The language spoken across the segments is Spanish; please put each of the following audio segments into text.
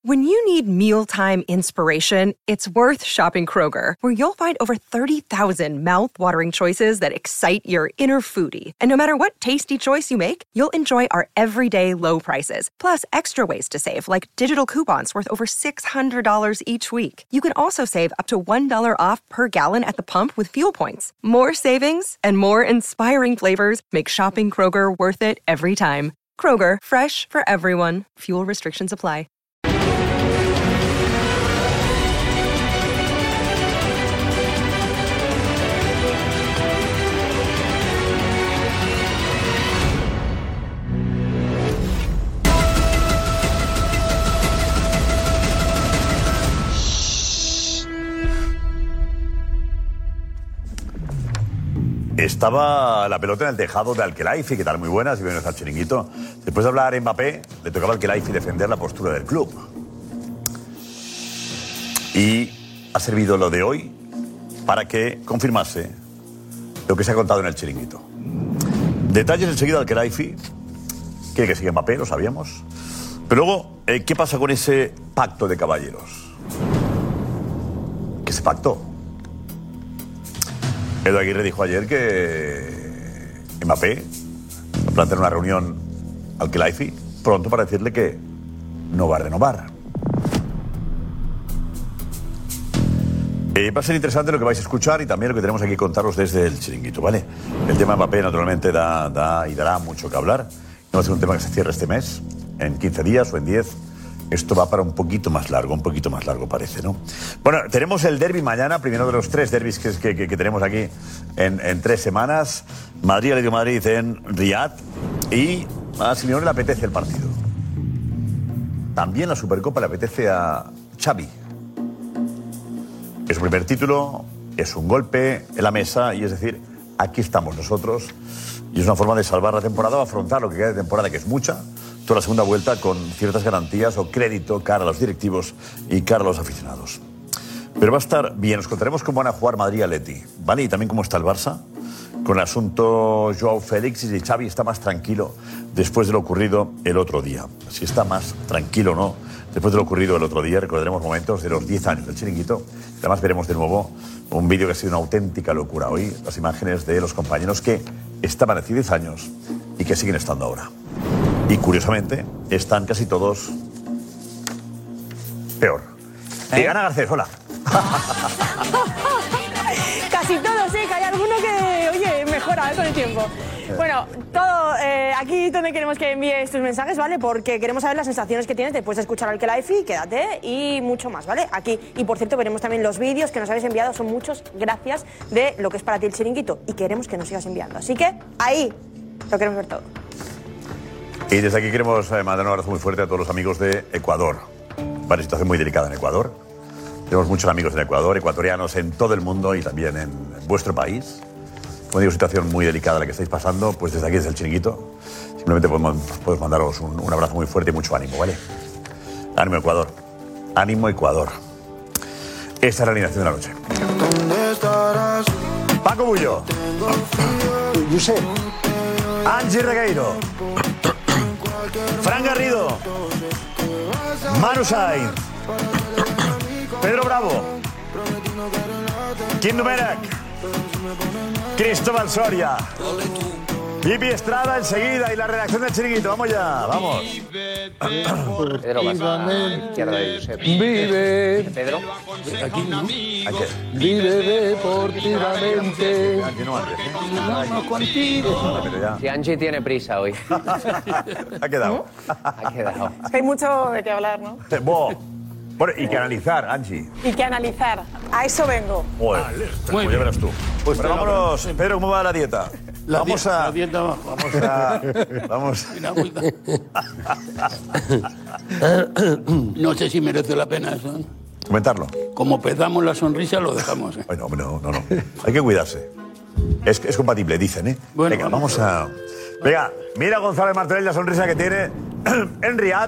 When you need mealtime inspiration, it's worth shopping Kroger, where you'll find over 30,000 mouth-watering choices that excite your inner foodie. And no matter what tasty choice you make, you'll enjoy our everyday low prices, plus extra ways to save, like digital coupons worth over $600 each week. You can also save up to $1 off per gallon at the pump with fuel points. More savings and more inspiring flavors make shopping Kroger worth it every time. Kroger, fresh for everyone. Fuel restrictions apply. Estaba la pelota en el tejado de Al-Khelaifi, que tal, muy buenas, y bienvenidos al chiringuito. Después de hablar Mbappé, le tocaba a Al-Khelaifi defender la postura del club. Y ha servido lo de hoy para que confirmase lo que se ha contado en el chiringuito. Detalles enseguida. Al-Khelaifi quiere que siga Mbappé, lo sabíamos. Pero luego, ¿qué pasa con ese pacto de caballeros? ¿Qué se pactó? Edu Aguirre dijo ayer que Mbappé va a plantear una reunión al Khelaifi pronto para decirle que no va a renovar. Va a ser interesante lo que vais a escuchar y también lo que tenemos aquí que contaros desde el chiringuito, ¿vale? El tema Mbappé naturalmente da y dará mucho que hablar. No va a ser un tema que se cierre este mes, en 15 días o en 10. Esto va para un poquito más largo parece, ¿no? Bueno, tenemos el derbi mañana, primero de los 3 derbis que tenemos aquí en 3 semanas. Madrid, Atlético de Madrid en Riyadh. Y a Simeone le apetece el partido. También la Supercopa le apetece a Xavi. Es su primer título, es un golpe en la mesa y es decir, aquí estamos nosotros. Y es una forma de salvar la temporada o afrontar lo que queda de temporada, que es mucha. Toda la segunda vuelta con ciertas garantías o crédito cara a los directivos y cara a los aficionados. Pero va a estar bien, os contaremos cómo van a jugar Madrid y Atleti, ¿vale? Y también cómo está el Barça, con el asunto Joao Félix, y si Xavi está más tranquilo después de lo ocurrido el otro día. Si está más tranquilo o no después de lo ocurrido el otro día. Recordaremos momentos de los 10 años del chiringuito. Además veremos de nuevo un vídeo que ha sido una auténtica locura hoy, las imágenes de los compañeros que estaban hace 10 años y que siguen estando ahora. Y curiosamente, están casi todos peor. Ana Garcés, hola. Casi todos, que hay alguno que, oye, mejora con el tiempo. Bueno, todo aquí donde queremos que envíes tus mensajes, ¿vale? Porque queremos saber las sensaciones que tienes después de escuchar al Khelaifi, quédate, y mucho más, ¿vale? Aquí. Y por cierto, veremos también los vídeos que nos habéis enviado, son muchos, gracias, de lo que es para ti el chiringuito. Y queremos que nos sigas enviando. Así que, ahí, lo queremos ver todo. Y desde aquí queremos mandar un abrazo muy fuerte a todos los amigos de Ecuador. Vale, situación muy delicada en Ecuador. Tenemos muchos amigos en Ecuador, ecuatorianos en todo el mundo y también en vuestro país. Como digo, situación muy delicada la que estáis pasando, pues desde aquí, desde el chiringuito, simplemente podemos mandaros un abrazo muy fuerte y mucho ánimo, ¿vale? Ánimo Ecuador. Ánimo Ecuador. Esta es la alineación de la noche. Paco Bullo. Josep. Angie Regueiro. Fran Garrido. Manu Sainz. Pedro Bravo. Kim Domènech. Cristóbal Soria. Pipi Estrada enseguida y la redacción del chiringuito. Vamos ya, vamos. Pedro, vas a la izquierda de Josep. Vive. Pedro. Aquí, ¿no? Aquí. Vive deportivamente. Angie no antes, Vamos contigo. Pero ya. Si Angie tiene prisa hoy. Ha quedado. Ha quedado. Es que hay mucho de qué hablar, ¿no? Bueno, y que analizar, Angie. Y que analizar. A eso vengo. Joder, pues ya verás tú. Pues Bueno, vámonos. Pedro, ¿cómo va la dieta? La dieta Vamos. No sé si merece la pena eso. Comentarlo. Como pedamos la sonrisa, lo dejamos. Bueno, no. Hay que cuidarse. Es compatible, dicen, ¿eh? Bueno, venga, vamos a... Venga, mira Gonzalo Martorell la sonrisa que tiene en Riyadh.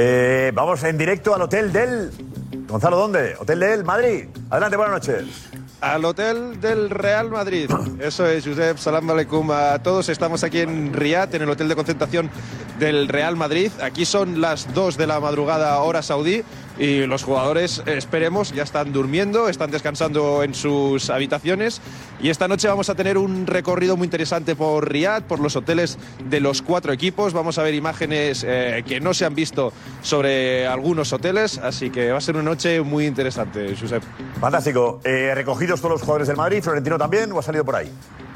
Vamos en directo al Hotel del... Gonzalo, ¿dónde? Hotel del Madrid. Adelante, buenas noches. al hotel del Real Madrid. Eso es, Josep, salam aleikum a todos. Estamos aquí en Riad, en el hotel de concentración del Real Madrid. Aquí son las 2 de la madrugada, hora saudí, y los jugadores, esperemos, ya están durmiendo, están descansando en sus habitaciones. Y esta noche vamos a tener un recorrido muy interesante por Riad, por los hoteles de los 4 equipos. Vamos a ver imágenes que no se han visto sobre algunos hoteles, así que va a ser una noche muy interesante, Josep. Fantástico. ¿Recogidos todos los jugadores del Madrid? ¿Florentino también o ha salido por ahí?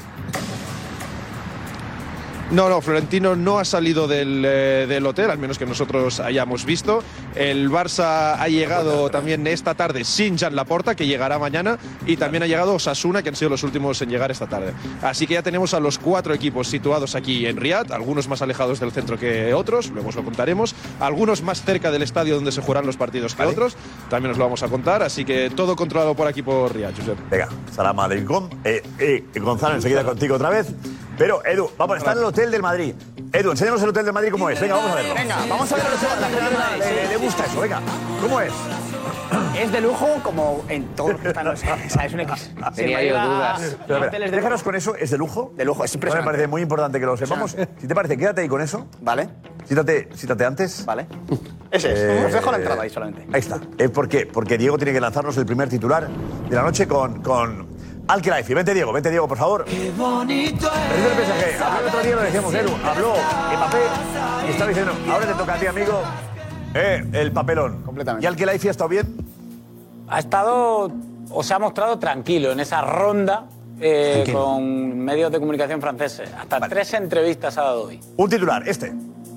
No, Florentino no ha salido del hotel, al menos que nosotros hayamos visto. El Barça ha llegado también esta tarde sin Jan Laporta, que llegará mañana, y también ha llegado Osasuna, que han sido los últimos en llegar esta tarde. Así que ya tenemos a los 4 equipos situados aquí en Riad, algunos más alejados del centro que otros, luego os lo contaremos, algunos más cerca del estadio donde se jugarán los partidos que otros, también os lo vamos a contar, así que todo controlado por aquí por Riad, Josep. Venga, salam aleikum. Gonzalo, enseguida contigo otra vez. Pero, Edu, vamos, está en el hotel del Madrid. Edu, enséñanos el hotel del Madrid cómo es. Venga, vamos a verlo. Venga, vamos a verlo. Le gusta eso, venga. ¿Cómo es? Es de lujo como en todo lo que están los... O sea, es un X. Tenía yo dudas. Déjanos con eso, ¿es de lujo? De lujo, es impresionante. Me parece muy importante que lo sepamos. Si te parece, quédate ahí con eso. Vale. Sítate antes. Vale. Ese es. Os dejo la entrada ahí solamente. Ahí está. ¿Por qué? Porque Diego tiene que lanzarnos el primer titular de la noche con Al-Khelaifi. Vente, Diego, por favor. Qué bonito es. El PSG. Habló el otro día, lo decíamos, Edu. Habló Mbappé y estaba diciendo, ahora te toca a ti, amigo, el papelón. Completamente. ¿Y Al-Khelaifi ha estado bien? Ha estado, o se ha mostrado tranquilo en esa ronda con medios de comunicación franceses. Hasta 3 entrevistas ha dado hoy. Un titular, este.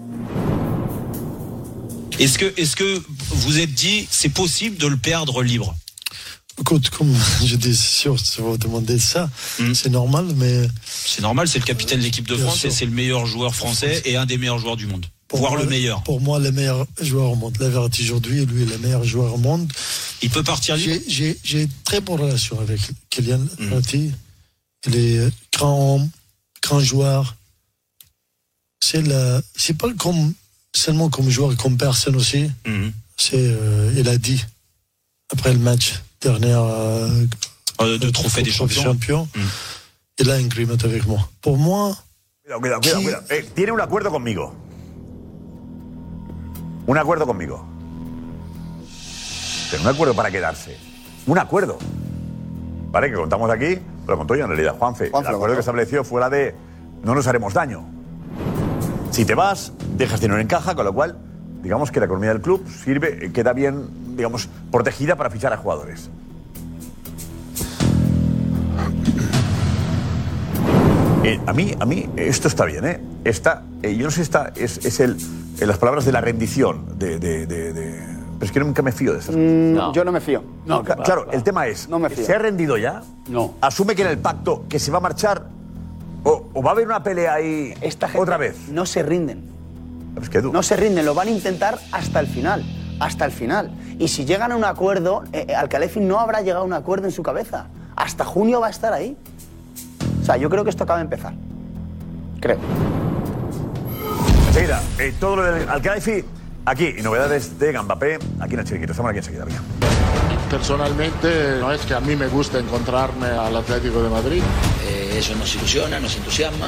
Est-ce que vous êtes dit c'est possible de le perdre libre? Écoute, comme je dis, c'est sûr, si vous demandez ça, c'est normal, mais... C'est normal, c'est le capitaine de l'équipe de France et c'est le meilleur joueur français et un des meilleurs joueurs du monde. Voire le meilleur. Pour moi, le meilleur joueur au monde. La vérité, aujourd'hui, lui est le meilleur joueur au monde. Il peut partir libre. J'ai très bonne relation avec Kylian Mbappé. Il est grand homme, grand joueur. C'est pas seulement comme joueur, comme personne aussi. Il a dit, après le match dernier de trophée des champions. Il a un agreement avec moi. Pour moi... Cuidado. Tiene un acuerdo conmigo. Un acuerdo conmigo. Pero un acuerdo para quedarse. Un acuerdo. Vale, que contamos aquí, pero contó yo en realidad, Juanfe. El acuerdo que estableció fue la de no nos haremos daño. Si te vas, dejas dinero en caja, con lo cual, digamos que la economía del club queda bien, digamos, protegida para fichar a jugadores. A mí, esto está bien, ¿eh? Yo no sé, las palabras de la rendición, pero es que nunca me fío de esas cosas. No. Yo no me fío. No, claro, el tema es, no me fío. ¿Se ha rendido ya? No. ¿Asume que en el pacto que se va a marchar o va a haber una pelea ahí otra vez? No se rinden. Es que no se rinden, lo van a intentar hasta el final. Hasta el final. Y si llegan a un acuerdo, Al-Khelaifi no habrá llegado a un acuerdo en su cabeza. Hasta junio va a estar ahí. O sea, yo creo que esto acaba de empezar. Creo. Enseguida, todo lo del Al-Khelaifi aquí, y novedades de Mbappé, aquí en el Chiringuito. Estamos aquí enseguida. Venga. Personalmente, no es que a mí me guste encontrarme al Atlético de Madrid. Eso nos ilusiona, nos entusiasma.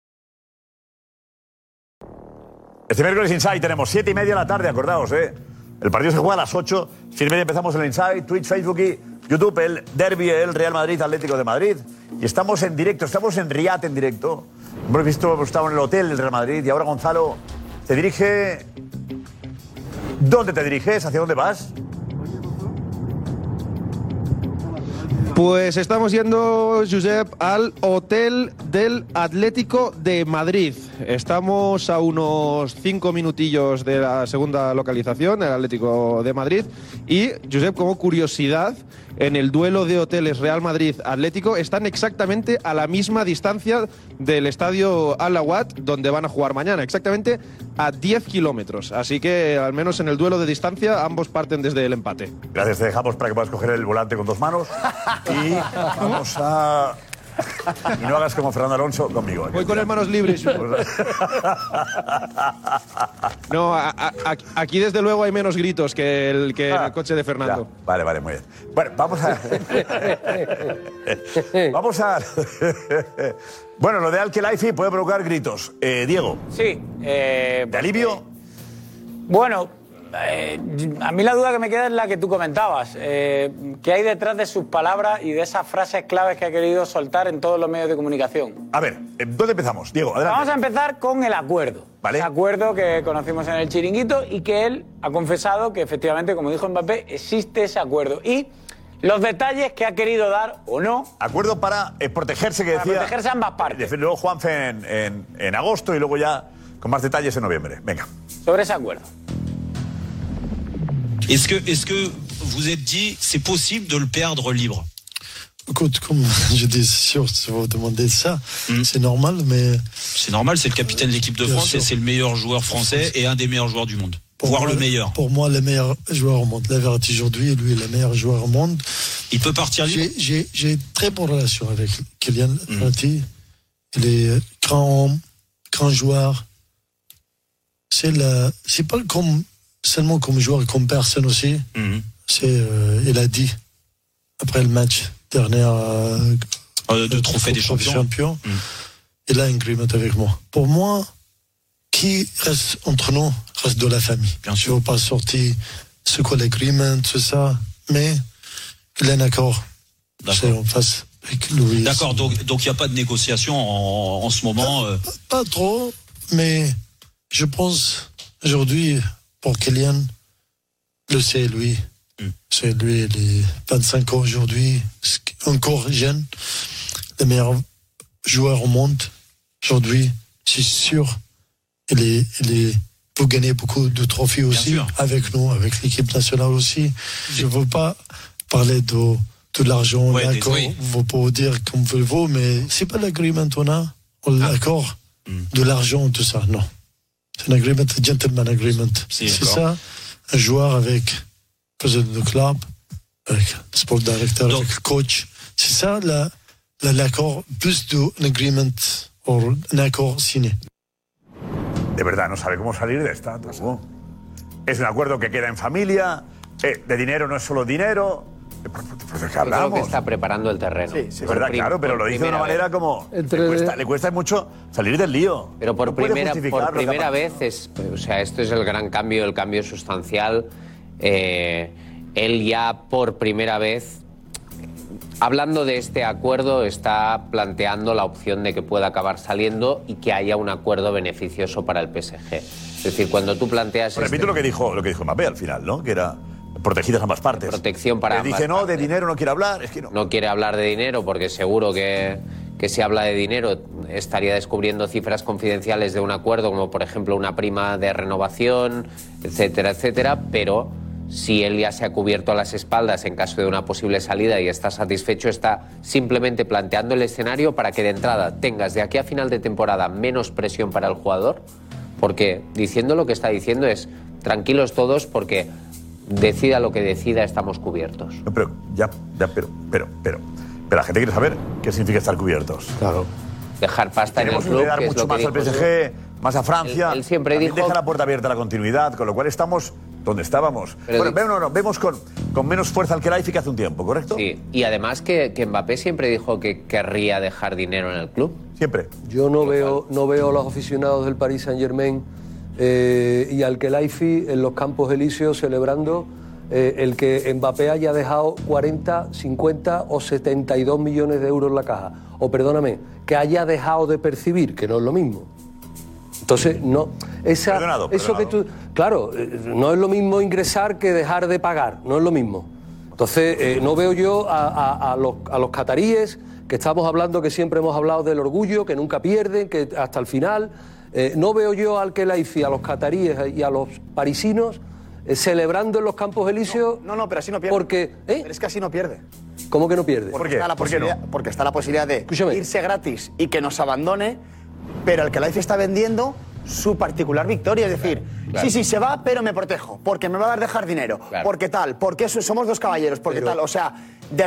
Este miércoles Inside tenemos 7:30 de la tarde, acordaos, El partido se juega a las 8. 7:30 empezamos en el Inside, Twitch, Facebook y YouTube, el derbi, el Real Madrid, Atlético de Madrid. Y estamos en directo, estamos en Riad en directo. Hemos estado en el hotel del Real Madrid y ahora Gonzalo te dirige... ¿Dónde te diriges? ¿Hacia dónde vas? Pues estamos yendo, Josep, al Hotel del Atlético de Madrid. Estamos a unos 5 minutillos de la segunda localización, el Atlético de Madrid. Y, Josep, como curiosidad, en el duelo de hoteles Real Madrid-Atlético están exactamente a la misma distancia del estadio Al-Awad, donde van a jugar mañana, exactamente a 10 kilómetros. Así que, al menos en el duelo de distancia, ambos parten desde el empate. Gracias, te dejamos para que puedas coger el volante con 2 manos. Y vamos a... Y no hagas como Fernando Alonso conmigo. Voy con las manos libres. No, aquí desde luego hay menos gritos que en el coche de Fernando. Ya. Vale, muy bien. Bueno, vamos a... vamos a... Bueno, lo de Al-Khelaifi puede provocar gritos. Diego. Sí. ¿De alivio? Bueno, a mí la duda que me queda es la que tú comentabas. ¿Qué hay detrás de sus palabras y de esas frases claves que ha querido soltar en todos los medios de comunicación? A ver, ¿dónde empezamos? Diego, adelante. Vamos a empezar con el acuerdo. ¿Vale? El acuerdo que conocimos en el Chiringuito y que él ha confesado que efectivamente, como dijo Mbappé, existe ese acuerdo. Y los detalles que ha querido dar o no. Acuerdo para protegerse, que para decía. Protegerse a ambas partes. Luego Juanfe en agosto y luego ya con más detalles en noviembre. Venga. Sobre ese acuerdo. Est-ce que vous êtes dit c'est possible de le perdre libre? Écoute, comme je dis, c'est sûr, si vous demandez ça, c'est normal, mais... C'est normal, c'est le capitaine de l'équipe de France et c'est le meilleur joueur français et un des meilleurs joueurs du monde. Voire le meilleur. Pour moi, le meilleur joueur au monde. La vérité aujourd'hui, lui est le meilleur joueur au monde. Il peut partir libre. J'ai une très bonne relation avec Kylian Mbappé. Il est grand homme, grand joueur. C'est pas comme... seulement comme joueur, comme personne aussi. Il a dit, après le match dernier de trophée des champions, il a un agreement avec moi. Pour moi, qui reste entre nous, reste de la famille. Bien sûr. Je ne veux pas sortir ce qu'est l'agreement, tout ça, mais il a un accord. C'est en face avec Louis. D'accord, donc il n'y a pas de négociation en ce moment Pas trop, mais je pense aujourd'hui... Pour Kylian, le c'est lui. C'est lui, il est 25 ans aujourd'hui, encore jeune, le meilleur joueur au monde. Aujourd'hui, c'est sûr, vous gagnez beaucoup de trophées aussi avec nous, avec l'équipe nationale aussi. Je ne veux pas parler de l'argent, d'accord, vous pouvez dire comme vous voulez, mais c'est pas l'agreement qu'on a, l'accord de l'argent, tout ça, non. C'est un agreement, un gentleman agreement. C'est ça, un joueur avec le président du club, avec le sport directeur, avec le coach. C'est ça l'accord, plus d'un agreement ou un accord signé. De verdad, no sabe cómo salir de esta. Es un acuerdo que queda en familia, de dinero no es solo dinero. Pues de qué hablamos. Creo que está preparando el terreno. Sí, es verdad, claro, pero lo dice de una manera como... Le cuesta mucho salir del lío. Pero por primera vez, o sea, esto es el gran cambio, el cambio sustancial. Él ya por primera vez, hablando de este acuerdo, está planteando la opción de que pueda acabar saliendo y que haya un acuerdo beneficioso para el PSG. Es decir, cuando tú planteas... Repito lo que dijo Mbappé al final, ¿no? Que era... protegidas ambas partes. Protección para ambas dice, no, partes. De dinero no quiere hablar, es que no. No quiere hablar de dinero porque seguro que si habla de dinero estaría descubriendo cifras confidenciales de un acuerdo, como por ejemplo una prima de renovación, etcétera, etcétera, pero si él ya se ha cubierto a las espaldas en caso de una posible salida y está satisfecho, está simplemente planteando el escenario para que de entrada tengas de aquí a final de temporada menos presión para el jugador, porque diciendo lo que está diciendo es tranquilos todos porque... decida lo que decida, estamos cubiertos. No, pero la gente quiere saber qué significa estar cubiertos. Claro. Dejar pasta en el club, dar que es mucho lo que más al dijo PSG, más a Francia. Él siempre dijo... deja la puerta abierta a la continuidad, con lo cual estamos donde estábamos. Vemos con menos fuerza al Khelaifi que hace un tiempo, ¿correcto? Sí, y además que Mbappé siempre dijo que querría dejar dinero en el club. Siempre. Yo no veo a los aficionados del Paris Saint-Germain y Al-Khelaifi en los Campos Elíseos celebrando el que Mbappé haya dejado 40, 50 o 72 millones de euros en la caja. O perdóname, que haya dejado de percibir, que no es lo mismo. Entonces, no. Perdonado. Que tú, claro, no es lo mismo ingresar que dejar de pagar, no es lo mismo. Entonces, no veo yo a los cataríes, que estamos hablando, que siempre hemos hablado del orgullo, que nunca pierden, que hasta el final. No veo yo al Khelaifi, a los cataríes y a los parisinos celebrando en los Campos Elíseos. No, pero así no pierde. Porque, Pero es que así no pierde. ¿Cómo que no pierde? Porque está la posibilidad de irse gratis y que nos abandone, pero el Khelaifi está vendiendo su particular victoria, es decir, sí, se va, pero me protejo, porque me va a dejar dinero, porque tal, porque somos dos caballeros, porque tal, o sea,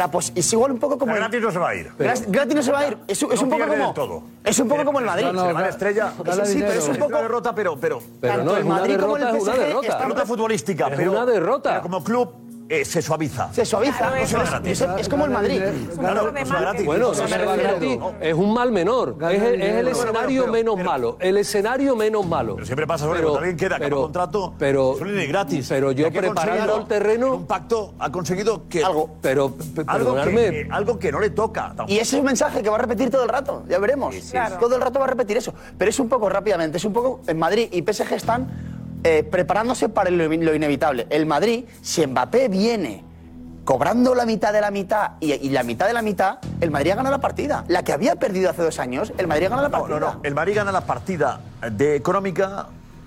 es igual un poco como... Gratis no se va a ir. Gratis no se va a ir, es un poco como... Todo. Es un poco como el Madrid. Se le va la estrella. Sí, pero es un poco... una derrota, pero tanto el Madrid como el PSG... Es una derrota futbolística, es una derrota. Pero como club... se suaviza. Se suaviza. Es como el Madrid. Claro, no se va gratis. Bueno, no se va gratis. Es un mal menor. Es el escenario menos malo. El escenario menos malo. Pero siempre pasa sobre que alguien queda con un contrato suele ir gratis. Pero yo preparando el terreno... Un pacto ha conseguido que... Algo. Pero, perdonadme... Algo que no le toca. Y ese es un mensaje que va a repetir todo el rato. Ya veremos. Todo el rato va a repetir eso. Pero es un poco rápidamente. Es un poco... En Madrid y PSG están... preparándose para lo inevitable. El Madrid, si Mbappé viene cobrando la mitad de la mitad y la mitad de la mitad, el Madrid gana la partida. La que había perdido hace 2 años, el Madrid gana la partida. No. El Madrid gana la partida de económica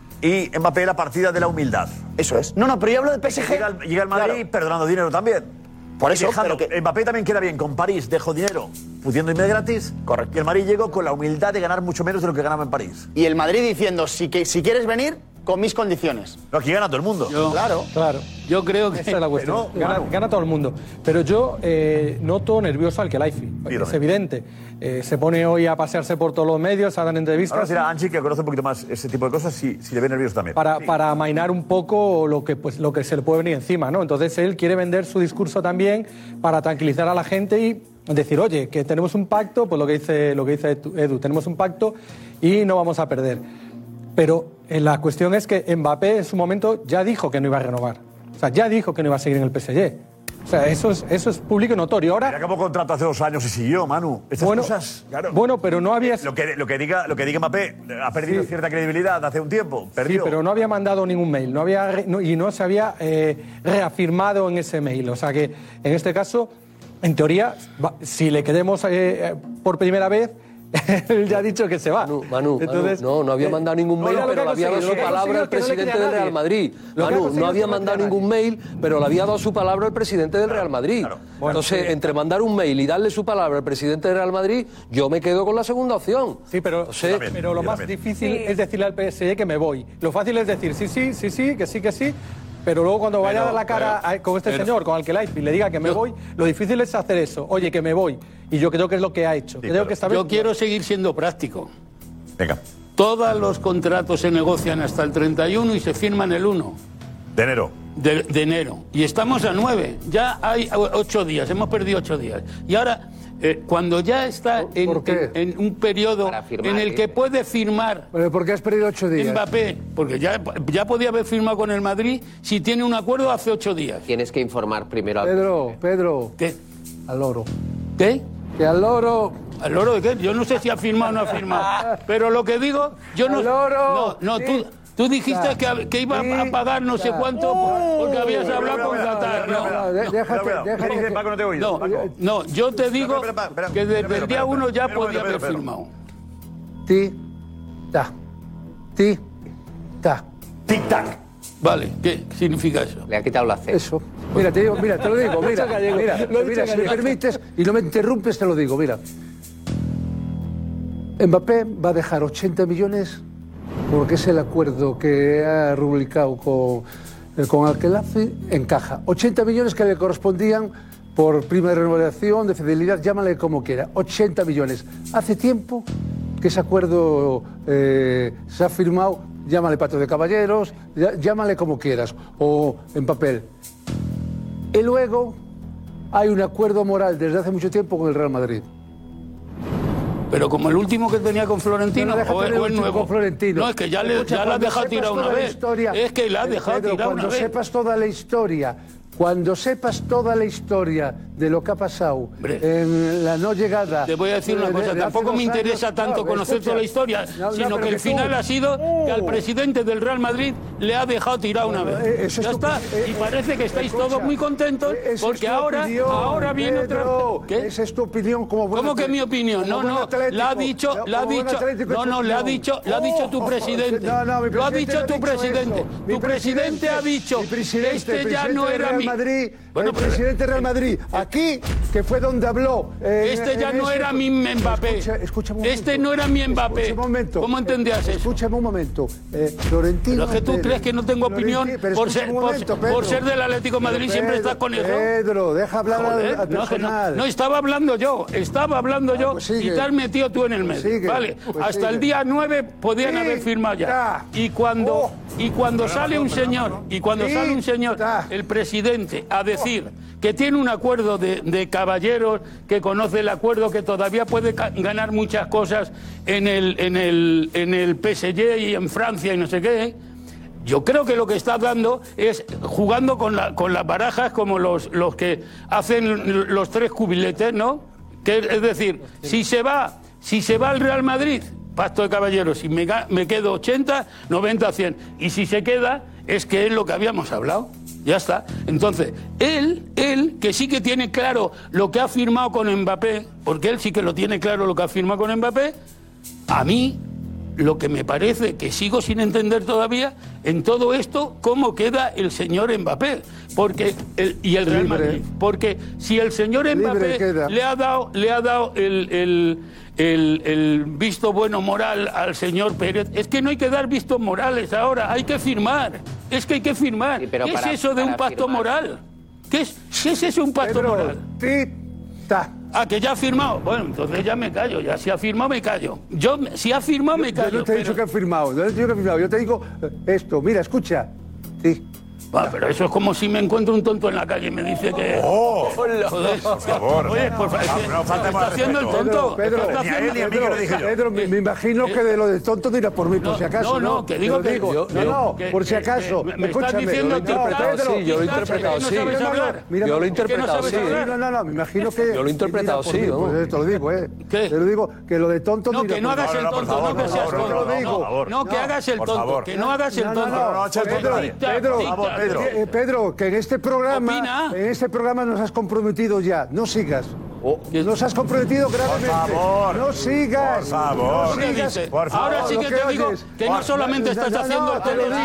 y Mbappé la partida de la humildad. Eso es. No, pero yo hablo de PSG. Llega el Madrid perdonando dinero también. Por eso, pero que Mbappé también queda bien con París, dejó dinero pudiendo irme gratis. Correcto. Y el Madrid llegó con la humildad de ganar mucho menos de lo que ganaba en París. Y el Madrid diciendo, si quieres venir, con mis condiciones. Pero aquí gana todo el mundo. Claro. Yo creo que... Esa es la cuestión. Gana todo el mundo. Pero yo noto nervioso al Khelaifi. Es evidente. Se pone hoy a pasearse por todos los medios, a dar entrevistas. Ahora será Anchi, que conoce un poquito más ese tipo de cosas, si le ve nervioso también. Para amainar un poco lo que se le puede venir encima, ¿no? Entonces él quiere vender su discurso también para tranquilizar a la gente y decir, oye, que tenemos un pacto, pues lo que dice Edu, tenemos un pacto y no vamos a perder. Pero la cuestión es que Mbappé en su momento ya dijo que no iba a renovar. O sea, ya dijo que no iba a seguir en el PSG. O sea, eso es público y notorio. Ahora acabó contrato hace 2 años y siguió, Manu. Estas cosas, claro. Bueno, pero no había... Lo que diga Mbappé ha perdido cierta credibilidad hace un tiempo. Perdió. Sí, pero no había mandado ningún mail. Y no se había reafirmado en ese mail. O sea que, en este caso, en teoría, si le queremos por primera vez... Él ya ha dicho que se va. Manu, no había mandado ningún mail, pero le había dado su palabra al presidente del Real Madrid. Manu, no había mandado ningún mail, pero le había dado su palabra al presidente del Real Madrid. Entonces, entre mandar un mail y darle su palabra al presidente del Real Madrid, yo me quedo con la segunda opción. Sí, pero lo más difícil es decirle al PSG que me voy. Lo fácil es decir que sí. Pero luego cuando vaya a dar la cara con este señor, con Al-Khelaifi, y le diga que me voy, lo difícil es hacer eso. Oye, que me voy. Y yo creo que es lo que ha hecho. Yo quiero seguir siendo práctico. Venga. Todos los contratos se negocian hasta el 31 y se firman el 1. De enero. De enero. Y estamos a 9. Ya hay 8 días. Hemos perdido 8 días. Y ahora... cuando ya está en un periodo en el que puede firmar... ¿Por qué has perdido 8 días? Mbappé, porque ya podía haber firmado con el Madrid si tiene un acuerdo hace 8 días. Tienes que informar primero al... Pedro. ¿Qué? Al loro. ¿Qué? Que al loro... ¿Al loro de qué? Yo no sé si ha firmado o no ha firmado. Pero lo que digo, yo no... ¡Al loro! No, sí. Tú dijiste que iba a pagar no sé cuánto porque habías hablado con Qatar. No, yo te digo que desde el día 1 ya podía haber firmado. Tic-tac. Tic-tac. Vale, ¿qué significa eso? Le ha quitado la C. Eso. Mira, te lo digo, mira, si me permites y no me interrumpes, te lo digo, mira. Mbappé va a dejar 80 millones porque es el acuerdo que ha rubricado con Al-Khelaifi en caja. 80 millones que le correspondían por prima de renovación, de fidelidad, llámale como quiera. 80 millones. Hace tiempo que ese acuerdo se ha firmado, llámale pacto de caballeros, llámale como quieras, o en papel. Y luego hay un acuerdo moral desde hace mucho tiempo con el Real Madrid. Pero como el último que tenía con Florentino, déjate o el el último nuevo. con Florentino. No, es que ya Escucha, la has cuando dejado sepas tirar una toda la vez. historia, Es que la has dejado Pedro, tirar una cuando vez. sepas toda la historia, cuando sepas toda la historia de lo que ha pasado en la no llegada... Te voy a decir una cosa, tampoco me interesa tanto conocer toda la historia, sino que el final ha sido que al presidente del Real Madrid le ha dejado tirar una vez. Ya está, y parece que estáis todos muy contentos porque ahora viene otra... ¿Qué? Esa es tu opinión como buen ¿Cómo que mi opinión? No, la ha dicho tu presidente. Lo ha dicho tu presidente. Tu presidente ha dicho que este ya no era mi... El presidente del Real Madrid, aquí, que fue donde habló... Este ya no era mi Mbappé. Este no era mi Mbappé. ¿Cómo entendías eso? Escúchame un momento. Florentino... Pero es que tú crees que no tengo opinión por ser del Atlético de Madrid, siempre estás con eso. Pedro, deja hablar al personal. No, estaba hablando yo y te has metido tú en el medio. Vale, hasta el día 9 podían haber firmado ya. Y cuando sale un señor, el presidente, a decir que tiene un acuerdo de caballeros, que conoce el acuerdo, que todavía puede ganar muchas cosas en el PSG y en Francia y no sé qué. Yo creo que lo que está dando es jugando con las barajas como los que hacen los tres cubiletes, ¿no? Que, es decir, si se va al Real Madrid, pacto de caballeros, y me quedo 80, 90, 100. Y si se queda, es que es lo que habíamos hablado. Ya está. Entonces, él, que sí que tiene claro lo que ha firmado con Mbappé, porque él sí que lo tiene claro lo que ha firmado con Mbappé, a mí lo que me parece que sigo sin entender todavía en todo esto, cómo queda el señor Mbappé y el Real Madrid. Porque si el señor Mbappé le ha dado el visto bueno moral al señor Pérez, es que no hay que dar vistos morales ahora, hay que firmar. Es que hay que firmar. Sí, ¿qué es eso de un pacto moral? ¿Qué es eso un pacto moral? Que ya ha firmado. Bueno, entonces ya me callo. Ya si ha firmado, me callo. Si ha firmado, me callo. Yo no te he dicho que ha firmado. Yo te digo esto. Mira, escucha. Sí. Pero eso es como si me encuentro un tonto en la calle y me dice que... Joder, por favor. Oye, por favor, está haciendo el tonto. Pedro, me imagino que de lo de tonto dirás por mí, por si acaso. No, que digo que... No, por si acaso. Me estás diciendo que... Yo lo he interpretado así. Yo lo he interpretado así. No, me imagino que... Yo lo he interpretado así. Te lo digo, Te lo digo, que lo de tonto... No, que no hagas el tonto, no que seas tonto. No, que hagas el tonto, que no hagas el tonto. Pedro, que en este programa nos has comprometido ya. No sigas. Nos has comprometido gravemente. Por favor. No sigas. Por favor. No sigas. Por favor. Ahora sí que te digo que no solamente estás haciendo... te lo digo.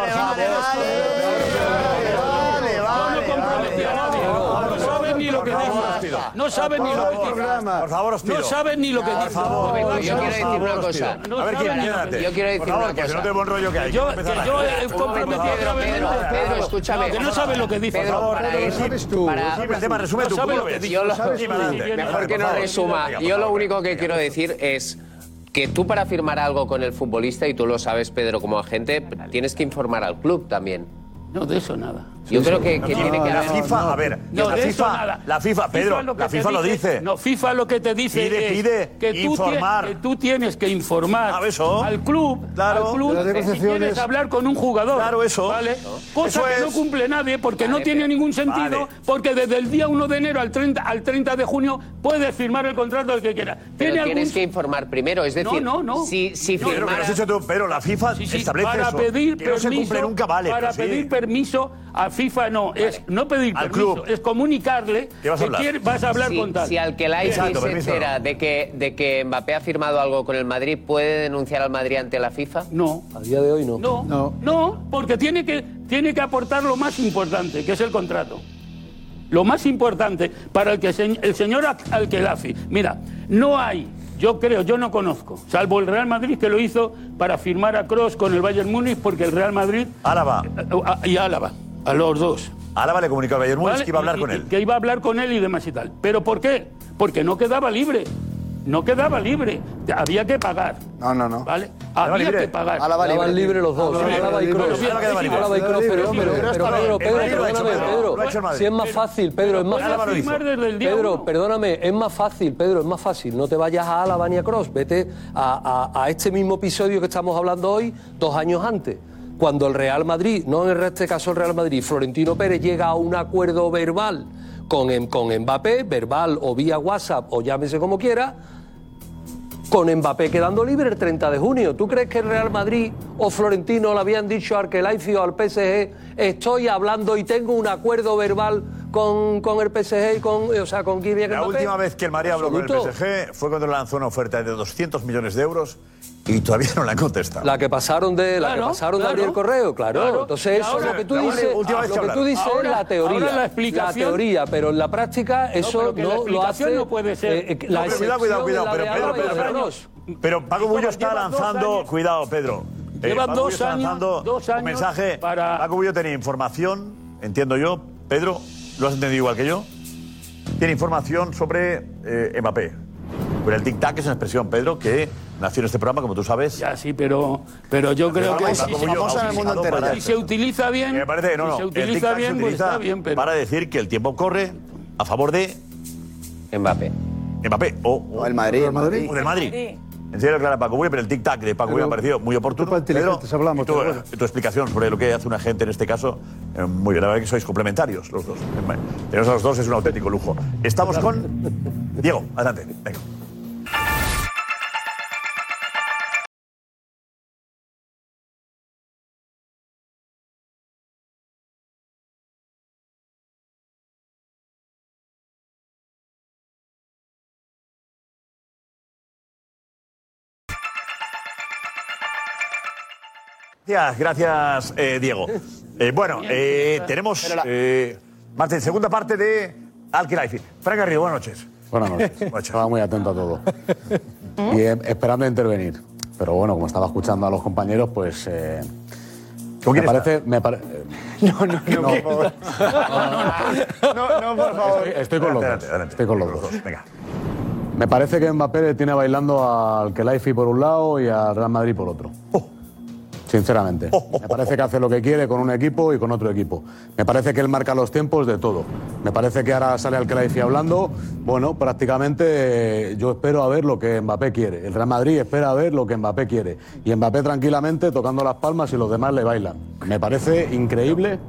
No sabes ni lo que dices. Por favor, os pido. No sabes ni lo que dices. Yo quiero decir una cosa. A ver, quédate. Yo quiero decir una cosa. No te buen rollo que hay. Yo he comprometido Pedro, escúchame. Que no sabes lo que dices. Pedro, Lo sabes tú. Resume tú. Mejor que no resuma. Yo lo único que quiero decir es que tú, para firmar algo con el futbolista, y tú lo sabes, Pedro, como agente, tienes que informar al club también. No, de eso nada. Yo creo que tiene que la haber... FIFA, a ver, No, la de eso FIFA, nada. la FIFA, Pedro, la FIFA lo dice. No, FIFA lo que te dice Pide que informar. tú tienes que informar al club, de si quieres hablar con un jugador. Claro, eso. ¿Vale? Cosa que no cumple nadie, porque no tiene ningún sentido, porque desde el día 1 de enero al 30 de junio puedes firmar el contrato del que quiera. Pero tienes que informar primero, es decir, si Pero lo has hecho tú, pero la FIFA establece para eso, pedir que no se cumple nunca, vale. Para pedir permiso a FIFA no pedir al permiso, club. es comunicarle que vas a hablar con tal. Si Al-Khelaifi se entera de que Mbappé ha firmado algo con el Madrid, ¿puede denunciar al Madrid ante la FIFA? No. A día de hoy no. No, porque tiene que aportar lo más importante, que es el contrato. Lo más importante para el señor Al-Khelaifi. Mira, no hay... Yo no conozco, salvo el Real Madrid, que lo hizo para firmar a Kroos con el Bayern Múnich, porque el Real Madrid... Álava. Y Álava, a los dos. Álava le comunicó al Bayern Múnich que iba a hablar con él. Que iba a hablar con él y demás y tal. ¿Pero por qué? Porque no quedaba libre. No quedaba libre, había que pagar. No. ¿Vale? Había que pagar. Quedaban libres los dos. Álava y Kroos. Pero Pedro, si es más fácil, Pedro, es más fácil. Pedro, perdóname, es más fácil, Pedro, es más fácil. No te vayas a Álava ni a Kroos, vete a este mismo episodio que estamos hablando hoy, 2 años antes. Cuando el Real Madrid, no en este caso el Real Madrid, Florentino Pérez llega a un acuerdo verbal con Mbappé, verbal o vía WhatsApp o llámese como quiera, con Mbappé quedando libre el 30 de junio. ¿Tú crees que el Real Madrid o Florentino le habían dicho al Arkelaifi o al PSG estoy hablando y tengo un acuerdo verbal con el PSG y con Kylian Mbappé? La última vez que el Madrid habló con el PSG fue cuando lanzó una oferta de 200 millones de euros y todavía no la han contestado. La que pasaron de abrir el correo, claro. Entonces eso es lo que tú dices, es la teoría. La explicación, la teoría, pero en la práctica eso no lo hace. No puede ser. Cuidado. Pero Paco Bullo está lanzando. Cuidado, Pedro. Lleva 2 años. Un mensaje. Paco Bullo tenía información, entiendo yo. Pedro, ¿lo has entendido igual que yo? Tiene información sobre Mbappé. Pero el tic-tac es una expresión, Pedro, que nació en este programa, como tú sabes. Ya, sí, pero yo creo que si se utiliza bien, me parece, si se utiliza bien, pues está bien. Pero... Para decir que el tiempo corre a favor de Mbappé o el Madrid. O del Madrid. En serio, claro, Paco Bullo, pero el tic-tac de Paco Bullo me ha parecido muy oportuno. Pedro, tu explicación sobre lo que hace una gente en este caso, muy bien. La verdad que sois complementarios los dos. Teneros a los dos es un auténtico lujo. Estamos con Diego. Adelante. Venga. Gracias, Diego. Tenemos, Martín, segunda parte de Al-Khelaifi. Frank Garrido, buenas noches. Buenas noches. Estaba muy atento a todo. Y esperando a intervenir. Pero bueno, como estaba escuchando a los compañeros, pues... me parece... No, por favor. Estoy con los dos. Estoy con los dos. Venga. Me parece que Mbappé le tiene bailando al Khelaifi por un lado y al Real Madrid por otro. Sinceramente. Me parece que hace lo que quiere con un equipo y con otro equipo. Me parece que él marca los tiempos de todo. Me parece que ahora sale Al-Khelaifi hablando. Bueno, prácticamente yo espero a ver lo que Mbappé quiere. El Real Madrid espera a ver lo que Mbappé quiere. Y Mbappé tranquilamente tocando las palmas y los demás le bailan. Me parece increíble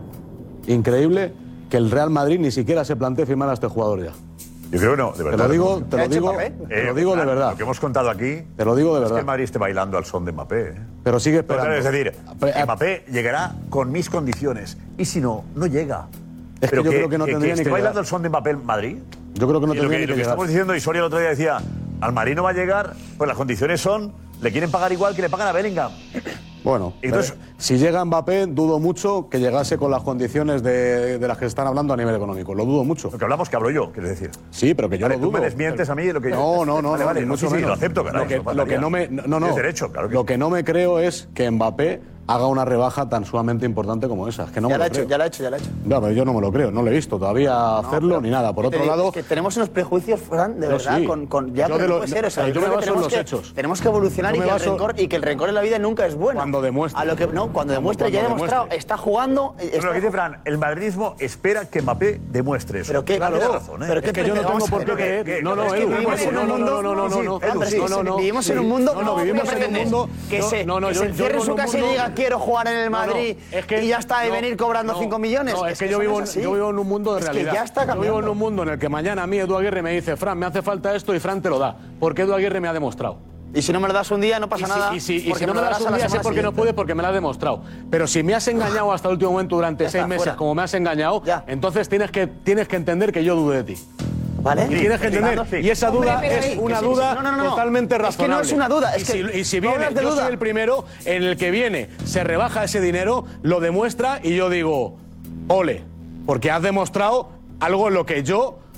que el Real Madrid ni siquiera se plantee firmar a este jugador ya. Yo creo que no, de verdad. Te lo digo de verdad. Lo que hemos contado aquí. Te lo digo de verdad. Es que el Madrid esté bailando al son de Mbappé. Pero sigue esperando. Es decir, Mbappé llegará con mis condiciones. Y si no, no llega. Es que yo creo que no tendría ni que bailando al son de Mbappé en Madrid. Yo creo que no tendría ni que llegar. Lo que estamos diciendo, y Soria el otro día decía, al Madrid no va a llegar, pues las condiciones son, le quieren pagar igual que le pagan a Bellingham. Bueno, entonces, si llega Mbappé, dudo mucho que llegase con las condiciones de las que se están hablando a nivel económico. Lo dudo mucho. Lo que hablamos que hablo yo, quieres decir. Sí, pero que yo lo dudo. Tú me desmientes a mí lo que yo... No, mucho menos. Lo acepto, caray. Lo que no me... No. Derecho, claro que lo que no me creo es que Mbappé haga una rebaja tan sumamente importante como esa. Es que no ya me lo creo. Ya la ha hecho. No, pero yo no me lo creo. No lo he visto todavía hacerlo ni nada. Por otro lado... Es que tenemos unos prejuicios, Fran, de verdad, sí. ya no puede ser. O sea, yo me baso en los hechos. Tenemos que evolucionar y que el rencor en la vida nunca es bueno. Cuando demuestra. Cuando demuestra, ya ha demostrado. Está jugando... Lo que dice Fran, el madridismo espera que Mbappé demuestre eso. Pero qué, claro, razón, pero es que yo no tengo por qué creer. No, vivimos en un mundo... Vivimos en un mundo que se encierre en su casa y diga quiero jugar en el Madrid y ya está, y venir cobrando 5 millones. No, es que yo vivo en un mundo de realidad. Ya está yo vivo en un mundo en el que mañana a mí Edu Aguirre me dice, Fran, me hace falta esto, y Fran te lo da. Porque Edu Aguirre me ha demostrado. Y si no me lo das un día, no pasa nada. Y si no me lo das un día, sé por qué no puede, porque me lo ha demostrado. Pero si me has engañado hasta el último momento durante 6 meses, como me has engañado, entonces tienes que entender que yo dudo de ti. ¿Vale? Y tienes que entender. Y esa duda es una duda totalmente razonable. Es que no es una duda. Y si viene, yo soy el primero en el que viene, se rebaja ese dinero, lo demuestra y yo digo, ole, porque has demostrado algo en lo que yo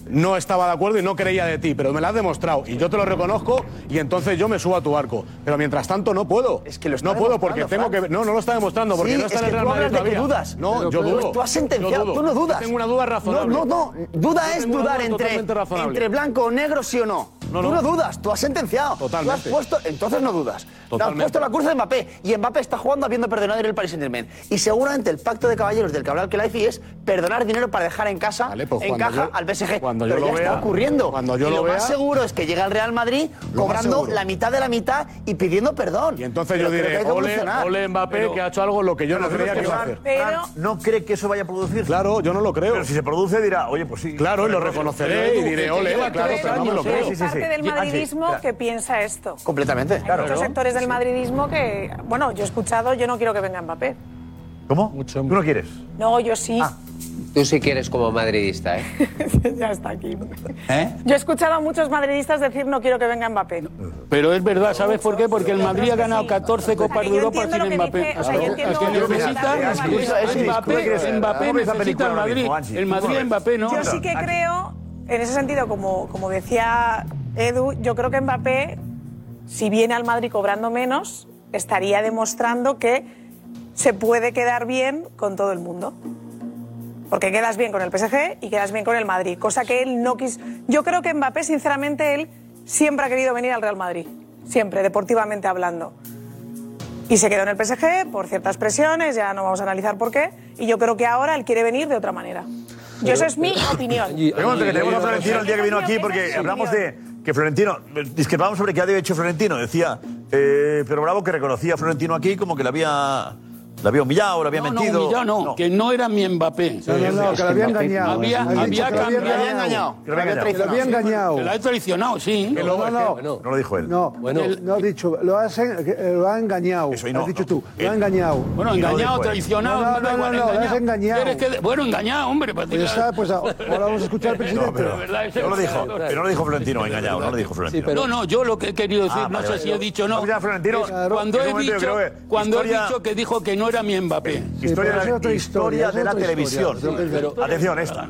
no estaba de acuerdo y no creía de ti, pero me lo has demostrado y yo te lo reconozco y entonces yo me subo a tu barco. Pero mientras tanto no puedo. Es que lo está no puedo porque tengo Fran. que... No lo está demostrando porque Sí, no está es en el que Real tú Madrid hablas de que todavía. dudas. No, yo Pero dudo. tú has sentenciado, Yo dudo. tú no dudas. Tengo una duda razonable. No. Duda Yo es tengo una dudar duda totalmente razonable. entre blanco o negro, sí o no. No, Tú no. no dudas, tú has sentenciado. Totalmente. Tú has puesto, entonces no dudas. Te has Totalmente. puesto la cruz de Mbappé y Mbappé está jugando habiendo perdonado en el Paris Saint-Germain. Y seguramente el pacto de caballeros del que habla Al-Khelaifi es perdonar dinero para dejar en casa, Vale, pues en cuando caja yo- al PSG. cuando Pero yo ya lo está vea- ocurriendo. cuando yo y lo lo vea- más seguro es que llega al Real Madrid Lo más cobrando seguro. la mitad de la mitad y pidiendo perdón. Y entonces Pero yo creo que diré, hay que ole, evolucionar. ole Mbappé, que ha hecho algo lo que yo no creía que iba a hacer. Pero ¿No cree que eso vaya a producir? Claro, yo no lo creo. Pero si se produce dirá, oye, pues sí. Claro, y lo reconoceré y diré, ole, claro, pero no me lo creo. hay parte del madridismo que piensa esto. Completamente. Hay muchos sectores del madridismo que, bueno, yo he escuchado, yo no quiero que venga Mbappé. ¿Cómo? ¿Tú no quieres? No, yo sí. Tú sí quieres como madridista, ¿eh? Ya está aquí. Yo he escuchado a muchos madridistas decir no quiero que venga Mbappé. Pero es verdad, ¿sabes por qué? Porque el Madrid ha ganado 14 Copas de yo Europa entiendo sin lo que Mbappé. dice, o sea, yo entiendo que lo que necesita dice Mbappé necesita el Madrid. El Madrid a Mbappé no. Yo sí que creo, en ese sentido, como decía Edu, yo creo que Mbappé, si viene al Madrid cobrando menos, estaría demostrando que se puede quedar bien con todo el mundo. Porque quedas bien con el PSG y quedas bien con el Madrid, cosa que él no quiso. Yo creo que Mbappé, sinceramente, él siempre ha querido venir al Real Madrid, siempre, deportivamente hablando. Y se quedó en el PSG por ciertas presiones, ya no vamos a analizar por qué, y yo creo que ahora él quiere venir de otra manera. Yo, eso es mi opinión. Pregunto que tenemos a Florentino el día que vino aquí porque hablamos de que Florentino, discrepábamos sobre qué había hecho Florentino, decía, pero Bravo que reconocía a Florentino aquí como que le había humillado, le había mentido. No, humillado no, que no era mi Mbappé. No, que lo había engañado. Había cambiado. Que lo había engañado. Que lo ha traicionado, sí. No lo dijo él. No ha dicho, lo ha engañado. Eso, y no, has dicho no. tú, lo ha engañado. Bueno, engañado, traicionado, da igual, lo has engañado. Bueno, engañado, hombre. Pues está, pues ahora vamos a escuchar al presidente. No lo dijo, pero no lo dijo Florentino, engañado, no lo dijo Florentino. No, yo lo que he querido decir, no sé si he dicho no. Cuando he dicho que dijo que no era mi Mbappé. Historia de la televisión. Atención, esto.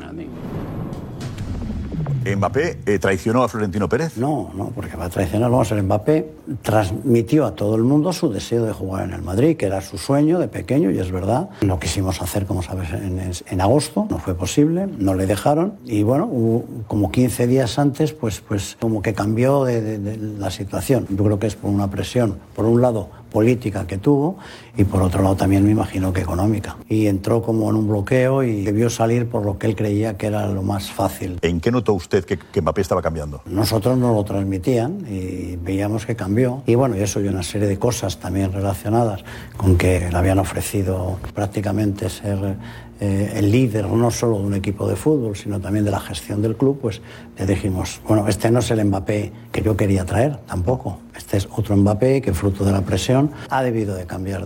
¿Mbappé traicionó a Florentino Pérez? No, porque va a traicionar. Vamos a ver, Mbappé transmitió a todo el mundo su deseo de jugar en el Madrid, que era su sueño de pequeño, y es verdad. Lo quisimos hacer, como sabes, en agosto, no fue posible, no le dejaron, y bueno, como 15 días antes, pues como que cambió de la situación. Yo creo que es por una presión, por un lado, política que tuvo y por otro lado también me imagino que económica. Y entró como en un bloqueo y debió salir por lo que él creía que era lo más fácil. ¿En qué notó usted que Mbappé estaba cambiando? Nosotros nos lo transmitían y veíamos que cambió. Y bueno, y eso y una serie de cosas también relacionadas con que le habían ofrecido prácticamente ser el líder no solo de un equipo de fútbol, sino también de la gestión del club, pues le dijimos, bueno, este no es el Mbappé que yo quería traer, tampoco. Este es otro Mbappé que, fruto de la presión, ha debido de cambiar